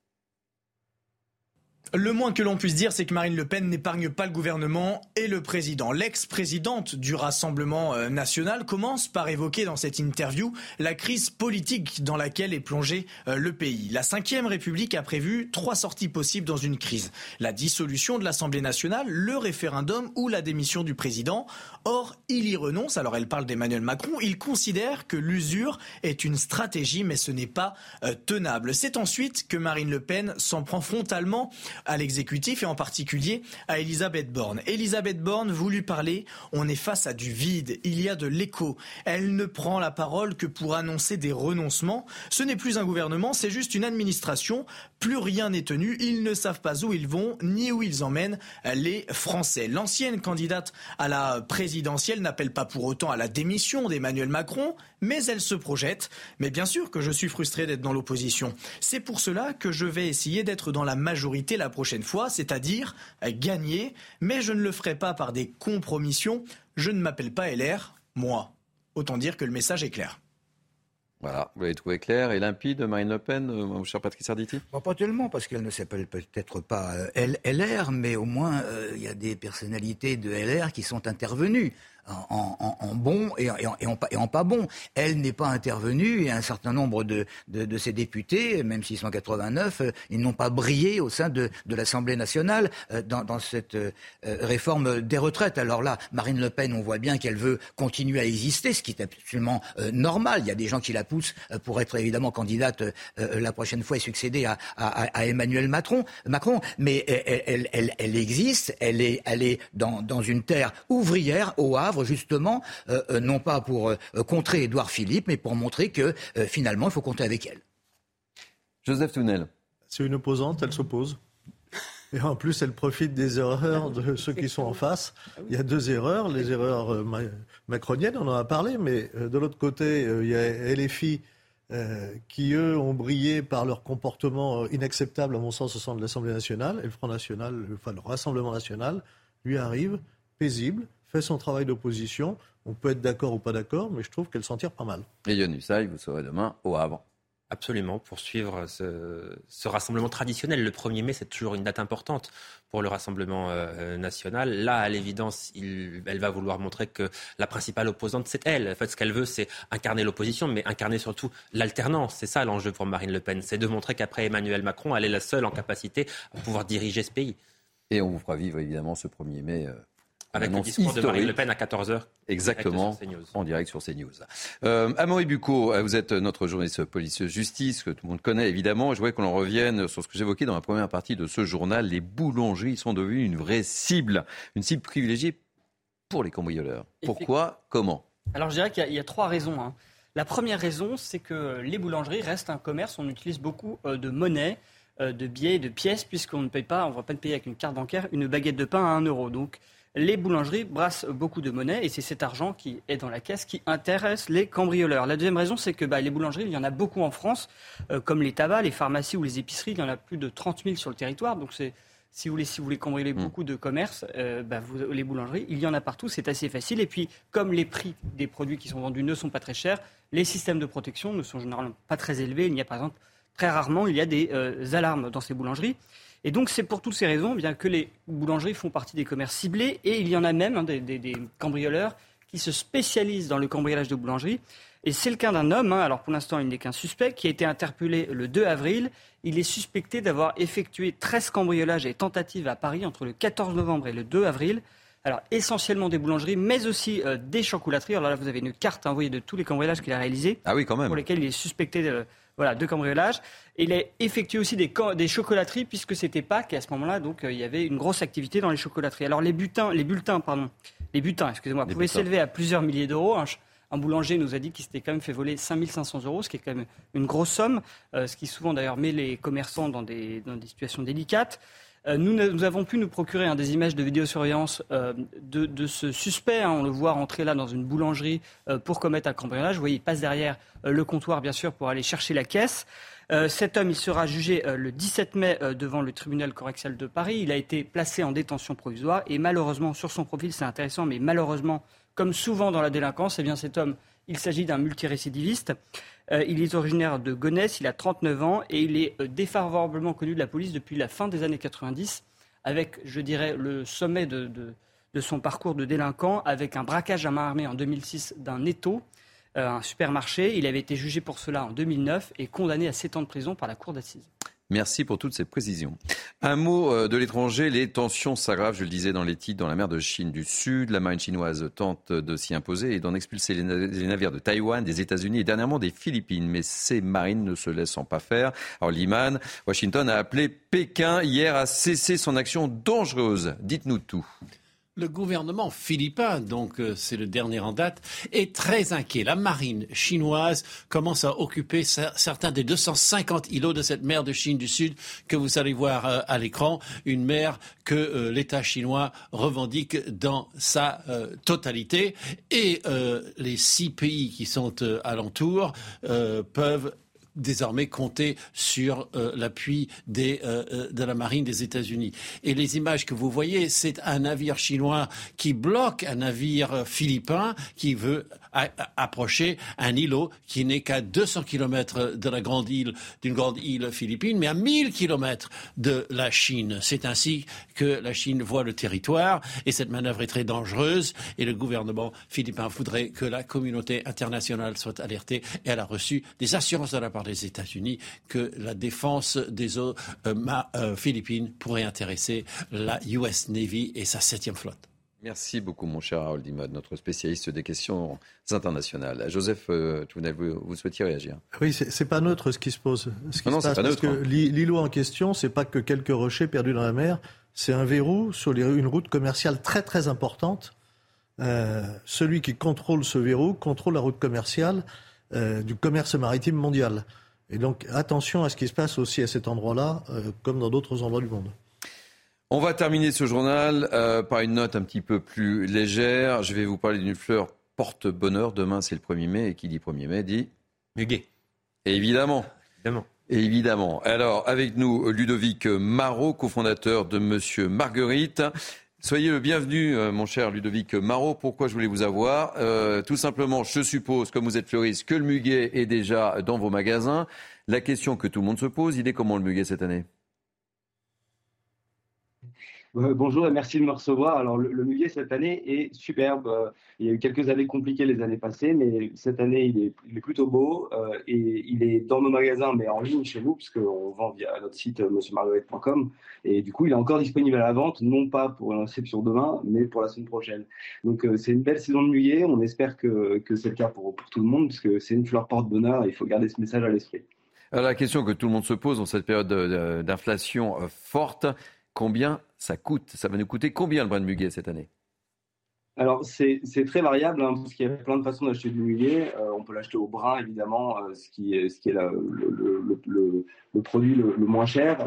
Le moins que l'on puisse dire, c'est que Marine Le Pen n'épargne pas le gouvernement et le président. L'ex-présidente du Rassemblement national commence par évoquer dans cette interview la crise politique dans laquelle est plongé le pays. La Ve République a prévu 3 sorties possibles dans une crise. La dissolution de l'Assemblée nationale, le référendum ou la démission du président. Or, il y renonce. Alors elle parle d'Emmanuel Macron. Il considère que l'usure est une stratégie, mais ce n'est pas tenable. C'est ensuite que Marine Le Pen s'en prend frontalement à l'exécutif et en particulier à Elisabeth Borne. Elisabeth Borne voulut parler, on est face à du vide, il y a de l'écho. Elle ne prend la parole que pour annoncer des renoncements. Ce n'est plus un gouvernement, c'est juste une administration. Plus rien n'est tenu, ils ne savent pas où ils vont ni où ils emmènent les Français. L'ancienne candidate à la présidentielle n'appelle pas pour autant à la démission d'Emmanuel Macron, mais elle se projette. Mais bien sûr que je suis frustré d'être dans l'opposition. C'est pour cela que je vais essayer d'être dans la majorité la prochaine fois, c'est-à-dire gagner, mais je ne le ferai pas par des compromissions. Je ne m'appelle pas LR, moi. Autant dire que le message est clair. Voilà, vous l'avez trouvé clair et limpide, Marine Le Pen, mon cher Patrice Arditi ? Pas tellement, parce qu'elle ne s'appelle peut-être pas LR, mais au moins il y a des personnalités de LR qui sont intervenues. En bon et en pas bon. Elle n'est pas intervenue et un certain nombre de ces députés, même s'ils sont 89, ils n'ont pas brillé au sein de l'Assemblée nationale dans cette réforme des retraites. Alors là, Marine Le Pen, on voit bien qu'elle veut continuer à exister, ce qui est absolument normal. Il y a des gens qui la poussent pour être évidemment candidate la prochaine fois et succéder à Emmanuel Macron. Mais elle existe, elle est dans une terre ouvrière au Havre, justement, non pas pour contrer Édouard Philippe, mais pour montrer que finalement, il faut compter avec elle. Joseph Tounel. C'est une opposante, elle s'oppose. Et en plus, elle profite des erreurs de ceux qui sont en face. Il y a 2 erreurs, les erreurs macroniennes, on en a parlé, mais de l'autre côté, il y a LFI qui, eux, ont brillé par leur comportement inacceptable, à mon sens, au sein de l'Assemblée nationale. Et le Front National, le Rassemblement national, lui arrive paisible, fait son travail d'opposition. On peut être d'accord ou pas d'accord, mais je trouve qu'elle s'en tire pas mal. Et Yohann Usaï, vous serez demain au Havre. Absolument, pour suivre ce rassemblement traditionnel. Le 1er mai, c'est toujours une date importante pour le Rassemblement national. Là, à l'évidence, elle va vouloir montrer que la principale opposante, c'est elle. En fait, ce qu'elle veut, c'est incarner l'opposition, mais incarner surtout l'alternance. C'est ça l'enjeu pour Marine Le Pen. C'est de montrer qu'après Emmanuel Macron, elle est la seule en capacité à pouvoir diriger ce pays. Et on vous fera vivre, évidemment, ce 1er mai... Avec le discours historique de Marine Le Pen à 14h. Exactement, en direct sur CNews. Amaury Bucco, vous êtes notre journaliste police-justice, que tout le monde connaît évidemment. Je voudrais qu'on en revienne sur ce que j'évoquais dans la première partie de ce journal. Les boulangeries sont devenues une vraie cible, une cible privilégiée pour les cambrioleurs. Pourquoi ? Comment ? Alors je dirais qu'il y a 3 raisons. Hein. La première raison, c'est que les boulangeries restent un commerce. On utilise beaucoup de monnaie, de billets, de pièces, puisqu'on ne paye pas, on ne va pas payer avec une carte bancaire une baguette de pain à 1 euro. Donc les boulangeries brassent beaucoup de monnaie et c'est cet argent qui est dans la caisse qui intéresse les cambrioleurs. La deuxième raison, c'est que les boulangeries, il y en a beaucoup en France, comme les tabacs, les pharmacies ou les épiceries. Il y en a plus de 30 000 sur le territoire. Donc si vous voulez cambrioler beaucoup de commerces, les boulangeries, il y en a partout, c'est assez facile. Et puis, comme les prix des produits qui sont vendus ne sont pas très chers, les systèmes de protection ne sont généralement pas très élevés. Il y a par exemple, très rarement, il y a des alarmes dans ces boulangeries. Et donc, c'est pour toutes ces raisons bien que les boulangeries font partie des commerces ciblés. Et il y en a même des cambrioleurs qui se spécialisent dans le cambriolage de boulangeries. Et c'est le cas d'un homme, alors pour l'instant, il n'est qu'un suspect, qui a été interpellé le 2 avril. Il est suspecté d'avoir effectué 13 cambriolages et tentatives à Paris entre le 14 novembre et le 2 avril. Alors, essentiellement des boulangeries, mais aussi des chocolateries. Alors là, vous avez une carte envoyée de tous les cambriolages qu'il a réalisés. Ah oui, quand même. Pour lesquels il est suspecté de cambriolage. Et il a effectué aussi des chocolateries, puisque c'était Pâques, et à ce moment-là, donc, il y avait une grosse activité dans les chocolateries. Alors, les bulletins, pouvaient s'élever à plusieurs milliers d'euros. Un boulanger nous a dit qu'il s'était quand même fait voler 5 500 euros, ce qui est quand même une grosse somme, ce qui souvent d'ailleurs met les commerçants dans des situations délicates. Nous avons pu nous procurer des images de vidéosurveillance de ce suspect. On le voit rentrer là dans une boulangerie pour commettre un cambriolage. Vous voyez, il passe derrière le comptoir, bien sûr, pour aller chercher la caisse. Cet homme, il sera jugé le 17 mai devant le tribunal correctionnel de Paris. Il a été placé en détention provisoire et malheureusement, sur son profil, c'est intéressant, mais malheureusement, comme souvent dans la délinquance, cet homme, il s'agit d'un multirécidiviste. Il est originaire de Gonesse, il a 39 ans et il est défavorablement connu de la police depuis la fin des années 90, avec, je dirais, le sommet de son parcours de délinquant, avec un braquage à main armée en 2006 d'un Netto, un supermarché. Il avait été jugé pour cela en 2009 et condamné à 7 ans de prison par la cour d'assises. Merci pour toutes ces précisions. Un mot de l'étranger, les tensions s'aggravent, je le disais dans les titres, dans la mer de Chine du Sud. La marine chinoise tente de s'y imposer et d'en expulser les navires de Taïwan, des États-Unis et dernièrement des Philippines. Mais ces marines ne se laissant pas faire. Alors Washington a appelé Pékin hier à cesser son action dangereuse. Dites-nous tout. Le gouvernement philippin, donc c'est le dernier en date, est très inquiet. La marine chinoise commence à occuper certains des 250 îlots de cette mer de Chine du Sud que vous allez voir à l'écran, une mer que l'État chinois revendique dans sa totalité. Et les 6 pays qui sont alentours peuvent désormais compter sur l'appui de la marine des États-Unis. Et les images que vous voyez, c'est un navire chinois qui bloque un navire philippin qui veut approcher un îlot qui n'est qu'à 200 km de la d'une grande île philippine, mais à 1000 km de la Chine. C'est ainsi que la Chine voit le territoire et cette manœuvre est très dangereuse et le gouvernement philippin voudrait que la communauté internationale soit alertée et elle a reçu des assurances de la part des États-Unis que la défense des eaux philippines pourrait intéresser la US Navy et sa 7e flotte. Merci beaucoup, mon cher Harold Imad, notre spécialiste des questions internationales. Joseph Tounel, vous souhaitiez réagir ? Oui, c'est pas neutre ce qui se pose. C'est pas neutre. Parce que l'îlot en question, c'est pas que quelques rochers perdus dans la mer, c'est un verrou sur une route commerciale très très importante. Celui qui contrôle ce verrou contrôle la route commerciale du commerce maritime mondial. Et donc attention à ce qui se passe aussi à cet endroit-là, comme dans d'autres endroits du monde. On va terminer ce journal par une note un petit peu plus légère. Je vais vous parler d'une fleur porte-bonheur. Demain, c'est le 1er mai. Et qui dit 1er mai dit... Muguet. Évidemment. Évidemment. Alors, avec nous, Ludovic Marot, cofondateur de Monsieur Marguerite. Soyez le bienvenu, mon cher Ludovic Marot. Pourquoi je voulais vous avoir ? Tout simplement, je suppose, comme vous êtes fleuriste, que le muguet est déjà dans vos magasins. La question que tout le monde se pose, il est comment le muguet cette année ? Bonjour et merci de me recevoir. Alors le muguet cette année est superbe. Il y a eu quelques années compliquées les années passées, mais cette année il est plutôt beau et il est dans nos magasins, mais en ligne chez nous, puisqu'on vend via notre site monsieurmarguerite.com. Et du coup, il est encore disponible à la vente, non pas pour une réception demain, mais pour la semaine prochaine. Donc c'est une belle saison de muguet. On espère que c'est le cas pour tout le monde, puisque c'est une fleur porte-bonheur et il faut garder ce message à l'esprit. Alors la question que tout le monde se pose dans cette période d'inflation forte, combien ça coûte ? Ça va nous coûter combien le brin de muguet cette année ? Alors c'est très variable, parce qu'il y a plein de façons d'acheter du muguet. On peut l'acheter au brin évidemment, ce qui est le produit le moins cher.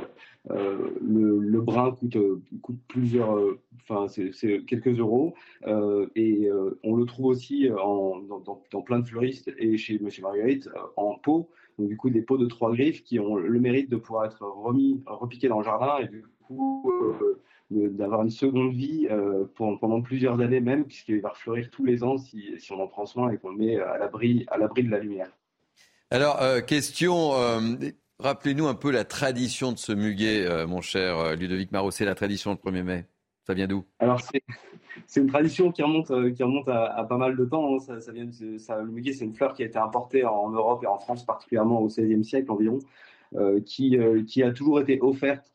Le brin coûte plusieurs, c'est quelques euros, et on le trouve aussi dans plein de fleuristes et chez Monsieur Marguerite en pot. Donc du coup des pots de 3 griffes qui ont le mérite de pouvoir être repiqués dans le jardin et du coup d'avoir une seconde vie pendant plusieurs années même, puisqu'il va fleurir tous les ans si on en prend soin et qu'on le met à l'abri de la lumière. Alors question. Rappelez-nous un peu la tradition de ce muguet, mon cher Ludovic Marot. C'est la tradition le 1er mai. Ça vient d'où ? Alors, c'est une tradition qui remonte à pas mal de temps. Le muguet, c'est une fleur qui a été importée en Europe et en France, particulièrement au XVIe siècle environ, qui a toujours été offerte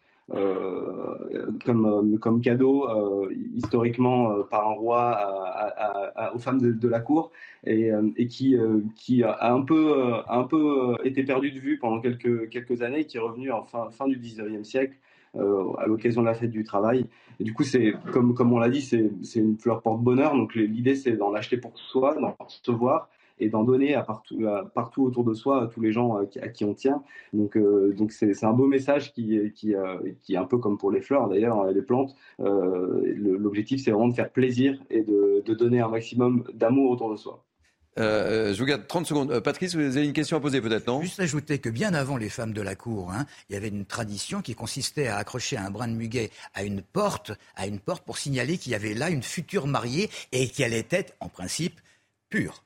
comme cadeau historiquement par un roi aux femmes de la cour et qui a un peu été perdu de vue pendant quelques années, qui est revenu en fin du XIXe siècle à l'occasion de la fête du travail. Et du coup, c'est comme on l'a dit, c'est une fleur porte-bonheur. Donc l'idée, c'est d'en acheter pour soi, d'en recevoir et d'en donner partout autour de soi à tous les gens à qui on tient. Donc c'est un beau message qui est un peu comme pour les fleurs d'ailleurs, les plantes. L'objectif, c'est vraiment de faire plaisir et de donner un maximum d'amour autour de soi. Je vous garde 30 secondes. Patrice, vous avez une question à poser peut-être, non ? Juste ajouter que bien avant les femmes de la cour, il y avait une tradition qui consistait à accrocher un brin de muguet à une porte pour signaler qu'il y avait là une future mariée et qu'elle était, en principe, pure.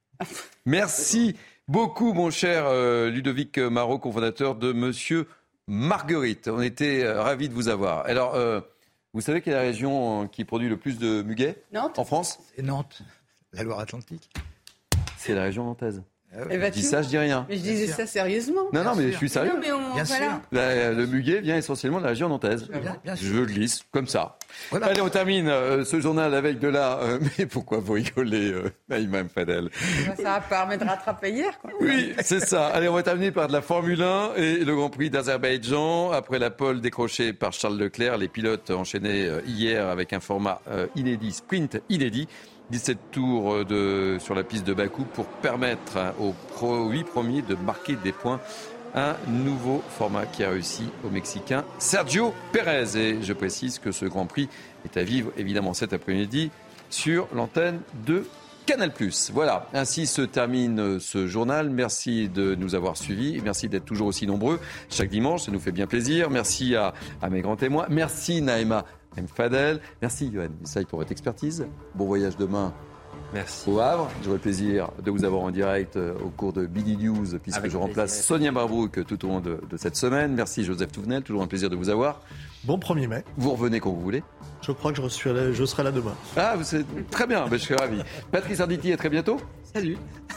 Merci beaucoup, mon cher Ludovic Marot, cofondateur de Monsieur Marguerite. On était ravis de vous avoir. Alors, vous savez quelle est la région qui produit le plus de muguet en France ? C'est Nantes, la Loire-Atlantique. C'est la région nantaise. Eh ben, je dis ça, je dis rien. Mais je disais ça sérieusement. Non, mais je suis sérieux. Non, mais sûr. Le muguet vient essentiellement de la région nantaise. Bien sûr. Je le glisse, comme ça. Voilà. Allez, on termine ce journal avec de la... mais pourquoi vous rigolez, Naïma Mfadel ? Ça va permettre de rattraper hier, quoi. Oui, c'est ça. Allez, on va terminer par de la Formule 1 et le Grand Prix d'Azerbaïdjan. Après la pole décrochée par Charles Leclerc, les pilotes enchaînaient hier avec un format inédit, sprint inédit. 17 tours sur la piste de Bakou pour permettre aux 8 premiers de marquer des points. Un nouveau format qui a réussi au Mexicain Sergio Pérez. Et je précise que ce Grand Prix est à vivre évidemment cet après-midi sur l'antenne de Canal+. Voilà, ainsi se termine ce journal. Merci de nous avoir suivis et merci d'être toujours aussi nombreux chaque dimanche. Ça nous fait bien plaisir. Merci à mes grands témoins. Merci Naïma Mfadel. Merci Yoann Usaï pour votre expertise. Bon voyage demain. Merci. Au Havre. J'aurai le plaisir de vous avoir en direct au cours de Billy News puisque avec je remplace plaisir. Sonia Barbrouk tout au long de cette semaine. Merci Joseph Touvenel, toujours un plaisir de vous avoir. Bon 1er mai. Vous revenez quand vous voulez. Je crois que je serai là demain. Ah, c'est très bien, je suis ravi. Patrice Arditi, à très bientôt. Salut.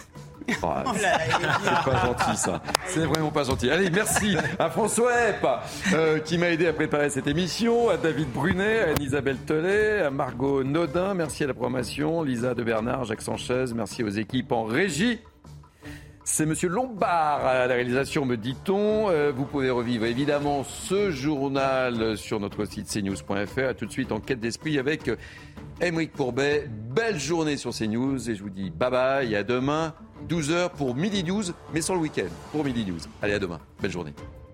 Oh, c'est pas gentil ça, c'est vraiment pas gentil. Allez, merci à François Epp qui m'a aidé à préparer cette émission, à David Brunet, à Isabelle Tollet, à Margot Naudin, merci à la programmation, Lisa de Bernard, Jacques Sanchez, merci aux équipes en régie. C'est Monsieur Lombard à la réalisation, me dit-on. Vous pouvez revivre évidemment ce journal sur notre site cnews.fr. À tout de suite en quête d'esprit avec Aymeric Courbet. Belle journée sur CNews et je vous dis bye bye et à demain 12h pour Midi News, mais sans le week-end pour Midi News. Allez, à demain. Belle journée.